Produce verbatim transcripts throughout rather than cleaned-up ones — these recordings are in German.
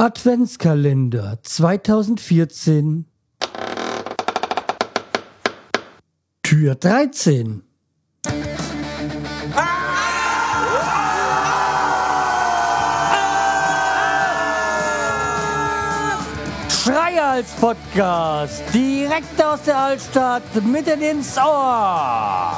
Adventskalender zweitausendvierzehn, Tür dreizehn. Schreihals Podcast, direkt aus der Altstadt, mitten ins Ohr.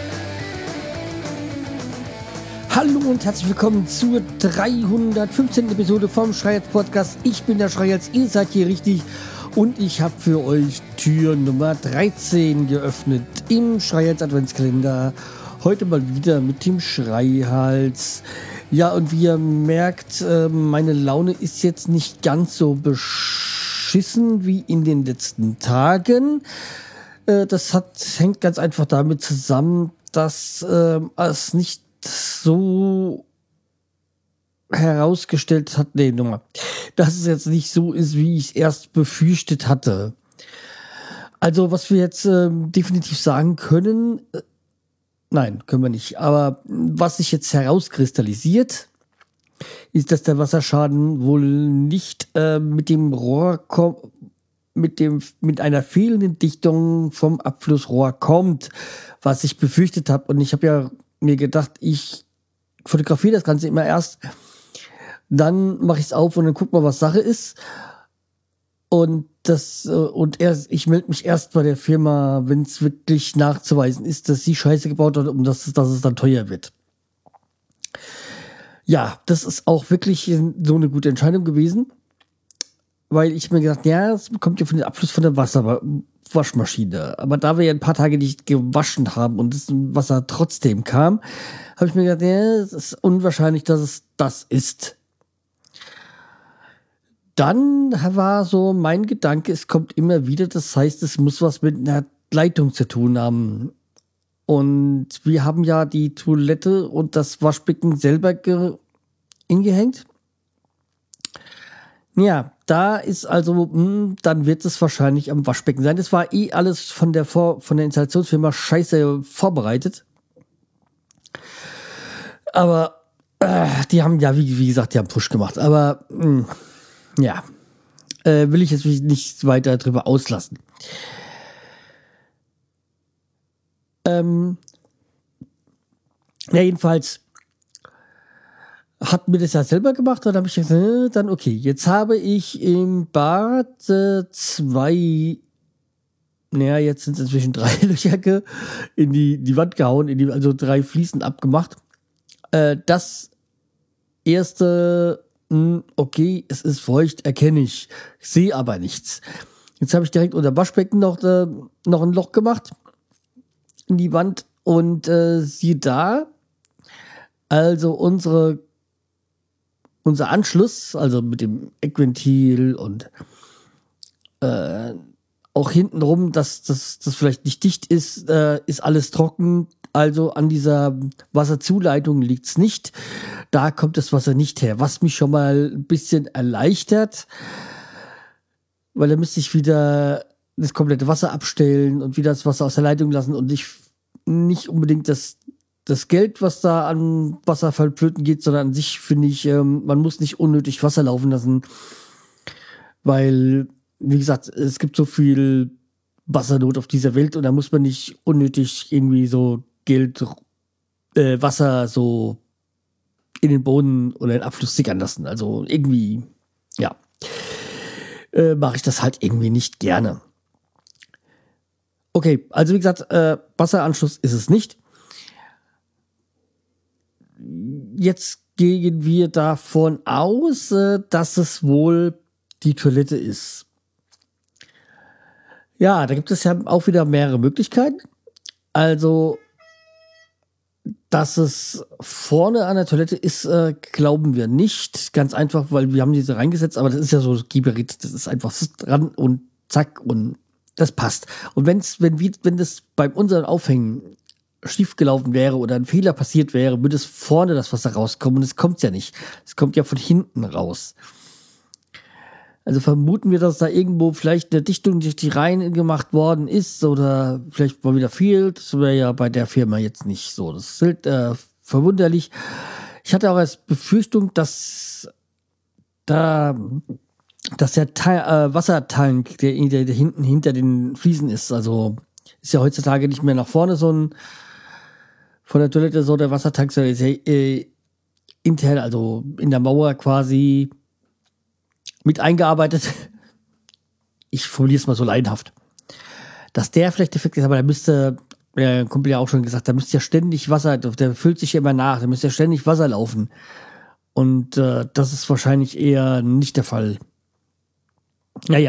Hallo und herzlich willkommen zur dreihundertfünfzehnten Episode vom Schreihals Podcast. Ich bin der Schreihals, ihr seid hier richtig und ich habe für euch Tür Nummer dreizehn geöffnet im Schreihals Adventskalender. Heute mal wieder mit dem Schreihals. Ja, und wie ihr merkt, meine Laune ist jetzt nicht ganz so beschissen wie in den letzten Tagen. Das hat, hängt ganz einfach damit zusammen, dass äh, es nicht so herausgestellt hat, nee, nochmal, dass es jetzt nicht so ist, wie ich es erst befürchtet hatte. Also, was wir jetzt äh, definitiv sagen können, äh, nein, können wir nicht, aber was sich jetzt herauskristallisiert, ist, dass der Wasserschaden wohl nicht äh, mit dem Rohr kommt, mit dem, mit einer fehlenden Dichtung vom Abflussrohr kommt, was ich befürchtet habe. Und ich habe ja mir gedacht, ich fotografiere das Ganze immer erst, dann mache ich es auf und dann guck mal, was Sache ist. Und das und erst, ich melde mich erst bei der Firma, wenn es wirklich nachzuweisen ist, dass sie Scheiße gebaut hat, um das, dass es dann teuer wird. Ja, das ist auch wirklich so eine gute Entscheidung gewesen, weil ich mir gedacht, ja, es kommt ja von dem Abfluss von der Wasserwaschmaschine. Aber da wir ja ein paar Tage nicht gewaschen haben und das Wasser trotzdem kam, habe ich mir gedacht, ja, es ist unwahrscheinlich, dass es das ist. Dann war so mein Gedanke, es kommt immer wieder, das heißt, es muss was mit einer Leitung zu tun haben. Und wir haben ja die Toilette und das Waschbecken selber ge- ingehängt. Ja, da ist also, mh, dann wird es wahrscheinlich am Waschbecken sein. Das war eh alles von der Vor- von der Installationsfirma scheiße vorbereitet. Aber äh, die haben ja, wie, wie gesagt, die haben Push gemacht. Aber mh, ja, äh, will ich jetzt nicht weiter drüber auslassen. Ähm, ja, jedenfalls hat mir das ja selber gemacht, dann habe ich gesagt, äh, dann okay, jetzt habe ich im Bad äh, zwei, naja, jetzt sind es inzwischen drei Löcher ge- in die, die Wand gehauen, in die, also drei Fliesen abgemacht. Äh, das erste, mh, okay, es ist feucht, erkenne ich, sehe aber nichts. Jetzt habe ich direkt unter dem Waschbecken noch, äh, noch ein Loch gemacht in die Wand und äh, siehe da, also unsere Unser Anschluss, also mit dem Eckventil und äh, auch hintenrum, dass das dass vielleicht nicht dicht ist, äh, ist alles trocken. Also an dieser Wasserzuleitung liegt's nicht. Da kommt das Wasser nicht her, was mich schon mal ein bisschen erleichtert, weil da müsste ich wieder das komplette Wasser abstellen und wieder das Wasser aus der Leitung lassen und ich nicht unbedingt das das Geld, was da an Wasser flöten geht, sondern an sich finde ich, ähm, man muss nicht unnötig Wasser laufen lassen, weil, wie gesagt, es gibt so viel Wassernot auf dieser Welt und da muss man nicht unnötig irgendwie so Geld, äh, Wasser so in den Boden oder in den Abfluss sickern lassen. Also irgendwie, ja, äh, mache ich das halt irgendwie nicht gerne. Okay, also wie gesagt, äh, Wasseranschluss ist es nicht. Jetzt gehen wir davon aus, dass es wohl die Toilette ist. Ja, da gibt es ja auch wieder mehrere Möglichkeiten. Also, dass es vorne an der Toilette ist, äh, glauben wir nicht. Ganz einfach, weil wir haben diese reingesetzt, aber das ist ja so Giberit, das ist einfach dran und zack und das passt. Und wenn's, wenn wir, wenn das bei unseren Aufhängen schief gelaufen wäre oder ein Fehler passiert wäre, würde es vorne das Wasser rauskommen und es kommt ja nicht. Es kommt ja von hinten raus. Also vermuten wir, dass da irgendwo vielleicht eine Dichtung durch die Reihen gemacht worden ist oder vielleicht mal wieder fehlt. Das wäre ja bei der Firma jetzt nicht so. Das ist halt, äh, verwunderlich. Ich hatte auch als Befürchtung, dass da, dass der Teil, äh, Wassertank, der, der, der hinten hinter den Fliesen ist, also ist ja heutzutage nicht mehr nach vorne so ein von der Toilette so der Wassertank, sondern ist ja äh, intern, also in der Mauer quasi mit eingearbeitet. Ich formuliere es mal so laienhaft. Dass der vielleicht defekt ist, aber da müsste, der Kumpel ja auch schon gesagt, da müsste ja ständig Wasser, der füllt sich ja immer nach, da müsste ja ständig Wasser laufen. Und äh, das ist wahrscheinlich eher nicht der Fall. Naja.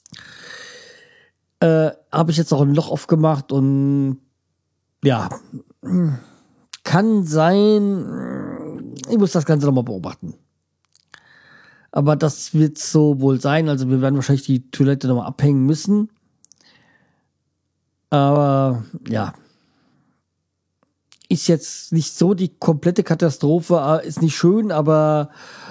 Äh, habe ich jetzt auch ein Loch aufgemacht und ja, kann sein, ich muss das Ganze nochmal beobachten. Aber das wird so wohl sein, also wir werden wahrscheinlich die Toilette nochmal abhängen müssen. Aber ja, ist jetzt nicht so die komplette Katastrophe, ist nicht schön, aber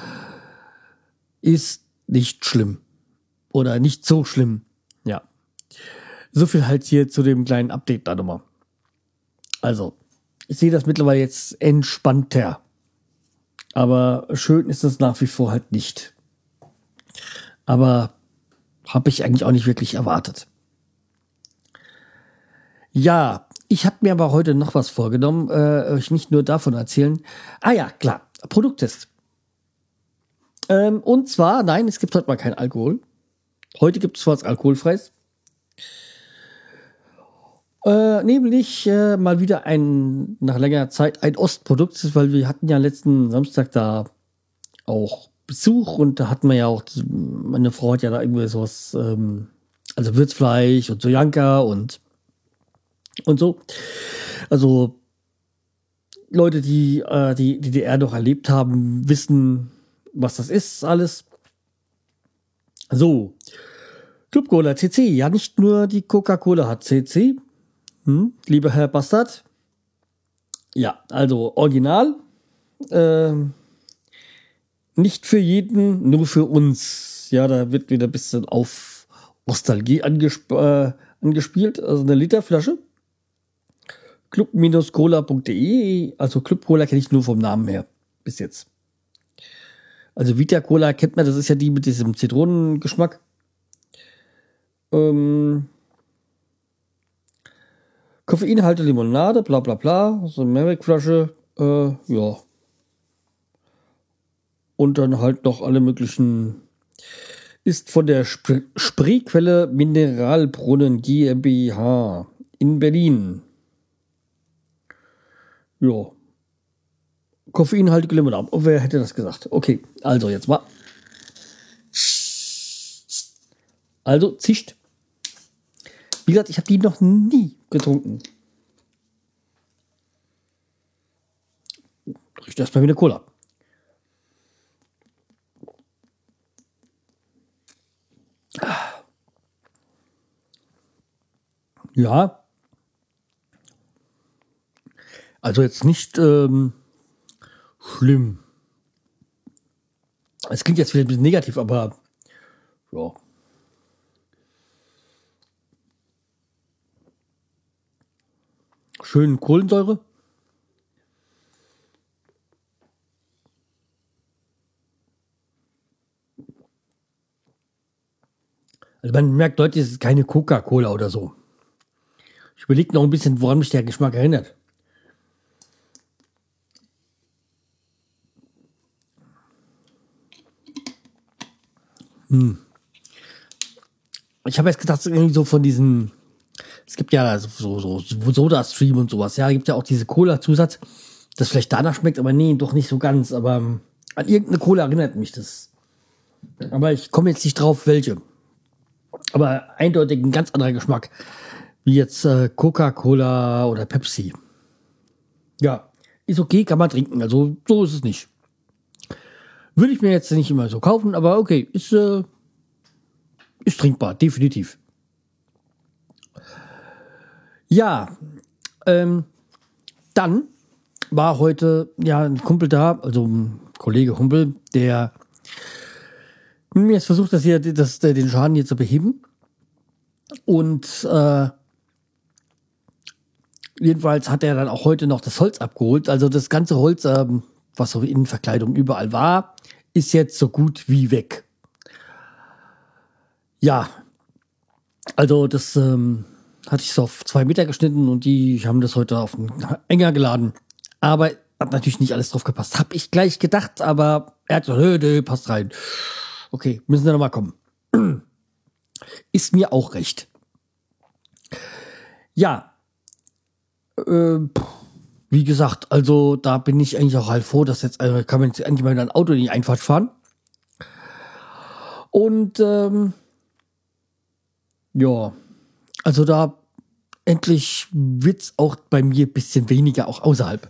ist nicht schlimm. Oder nicht so schlimm, ja. So viel halt hier zu dem kleinen Update da nochmal. Also, ich sehe das mittlerweile jetzt entspannter. Aber schön ist das nach wie vor halt nicht. Aber habe ich eigentlich auch nicht wirklich erwartet. Ja, ich habe mir aber heute noch was vorgenommen, äh, euch nicht nur davon erzählen. Ah ja, klar, Produkttest. Ähm, und zwar, nein, es gibt heute mal keinen Alkohol. Heute gibt es was Alkoholfreies. Äh, nämlich äh, mal wieder ein, nach längerer Zeit, ein Ostprodukt, weil wir hatten ja letzten Samstag da auch Besuch und da hatten wir ja auch, meine Frau hat ja da irgendwie sowas, ähm, also Würzfleisch und Sojanka und und so. Also Leute, die äh, die D D R noch erlebt haben, wissen, was das ist alles. So, Club Cola C C, ja nicht nur die Coca-Cola hat C C, hm, lieber Herr Bastard. Ja, also original, äh, nicht für jeden, nur für uns. Ja, da wird wieder ein bisschen auf Nostalgie angesp äh, angespielt, also eine Literflasche. club cola punkt de, also Club Cola kenne ich nur vom Namen her, bis jetzt. Also Vita Cola kennt man, das ist ja die mit diesem Zitronengeschmack. Ähm, Koffeinhalte Limonade, bla bla bla, so eine Mehrwegflasche, äh, ja. Und dann halt noch alle möglichen, ist von der Sp Spreequelle Mineralbrunnen GmbH in Berlin. Ja. Koffeinhaltige Limonade. Oh, wer hätte das gesagt? Okay, also jetzt mal. Also, zischt. Wie gesagt, ich habe die noch nie getrunken. Riecht erstmal wie eine Cola. Ja. Also jetzt nicht ähm, schlimm. Es klingt jetzt vielleicht ein bisschen negativ, aber ja. Schön Kohlensäure. Also man merkt deutlich, es ist keine Coca-Cola oder so. Ich überlege noch ein bisschen, woran mich der Geschmack erinnert. Hm. Ich habe jetzt gedacht, irgendwie so von diesen, es gibt ja so, so, so Soda-Stream und sowas, ja, gibt ja auch diese Cola-Zusatz, das vielleicht danach schmeckt, aber nee, doch nicht so ganz, aber um, an irgendeine Cola erinnert mich das. Aber ich komme jetzt nicht drauf, welche. Aber eindeutig ein ganz anderer Geschmack, wie jetzt äh, Coca-Cola oder Pepsi. Ja, ist okay, kann man trinken, also so ist es nicht. Würde ich mir jetzt nicht immer so kaufen, aber okay, ist, äh, ist trinkbar, definitiv. Ja, ähm, dann war heute ja ein Kumpel da, also ein Kollege Humpel, der mir jetzt versucht, das hier, das, den Schaden hier zu beheben. Und äh, jedenfalls hat er dann auch heute noch das Holz abgeholt. Also das ganze Holz, ähm, was so in Verkleidung überall war, ist jetzt so gut wie weg. Ja, also das ähm, hatte ich so auf zwei Meter geschnitten und die haben das heute auf einen Enger geladen. Aber hat natürlich nicht alles drauf gepasst. Hab ich gleich gedacht, aber er hat gesagt, nö, nö, passt rein. Okay, müssen wir nochmal kommen. Ist mir auch recht. Ja, äh, wie gesagt, also da bin ich eigentlich auch halt froh, dass jetzt äh, kann man jetzt endlich mal in ein Auto in die Einfahrt fahren. Und ähm, ja, also da endlich wird's auch bei mir ein bisschen weniger, auch außerhalb.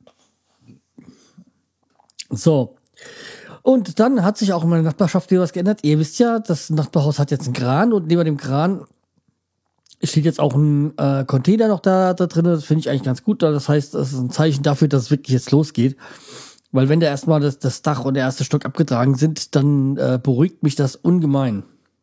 So. Und dann hat sich auch in meiner Nachbarschaft wieder was geändert. Ihr wisst ja, das Nachbarhaus hat jetzt einen Kran und neben dem Kran steht jetzt auch ein äh, Container noch da, da drin. Das finde ich eigentlich ganz gut. Das heißt, das ist ein Zeichen dafür, dass es wirklich jetzt losgeht. Weil wenn da erstmal das, das Dach und der erste Stock abgetragen sind, dann äh, beruhigt mich das ungemein.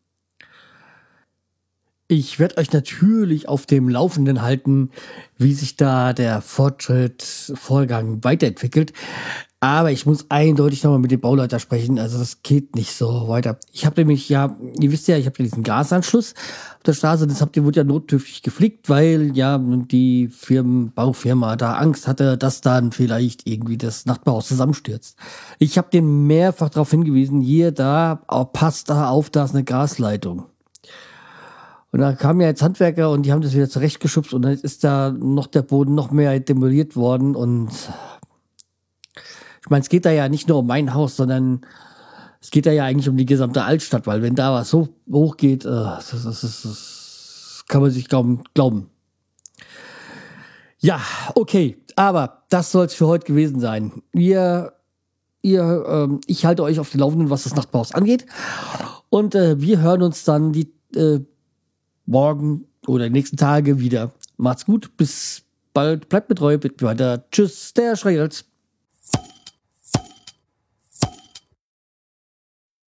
Ich werde euch natürlich auf dem Laufenden halten, wie sich da der Fortschritt, Vorgang weiterentwickelt. Aber ich muss eindeutig nochmal mit dem Bauleiter sprechen. Also das geht nicht so weiter. Ich habe nämlich, ja, ihr wisst ja, ich habe ja diesen Gasanschluss auf der Straße. Das habt ihr wurde ja notdürftig geflickt, weil ja die Firmen, Baufirma da Angst hatte, dass dann vielleicht irgendwie das Nachbarhaus zusammenstürzt. Ich habe den mehrfach darauf hingewiesen, hier, da, oh, passt da auf, da ist eine Gasleitung. Und da kamen ja jetzt Handwerker und die haben das wieder zurechtgeschubst und dann ist da noch der Boden noch mehr demoliert worden. Und ich meine, es geht da ja nicht nur um mein Haus, sondern es geht da ja eigentlich um die gesamte Altstadt, weil wenn da was so hoch geht, äh, das, das, das, das kann man sich kaum glauben. Ja, okay, aber das soll es für heute gewesen sein. Ihr, ihr, ähm, ich halte euch auf den Laufenden, was das Nachbarhaus angeht. Und äh, wir hören uns dann die äh, morgen oder die nächsten Tage wieder. Macht's gut, bis bald, bleibt mit treu, bitte weiter. Tschüss, der Schreihals.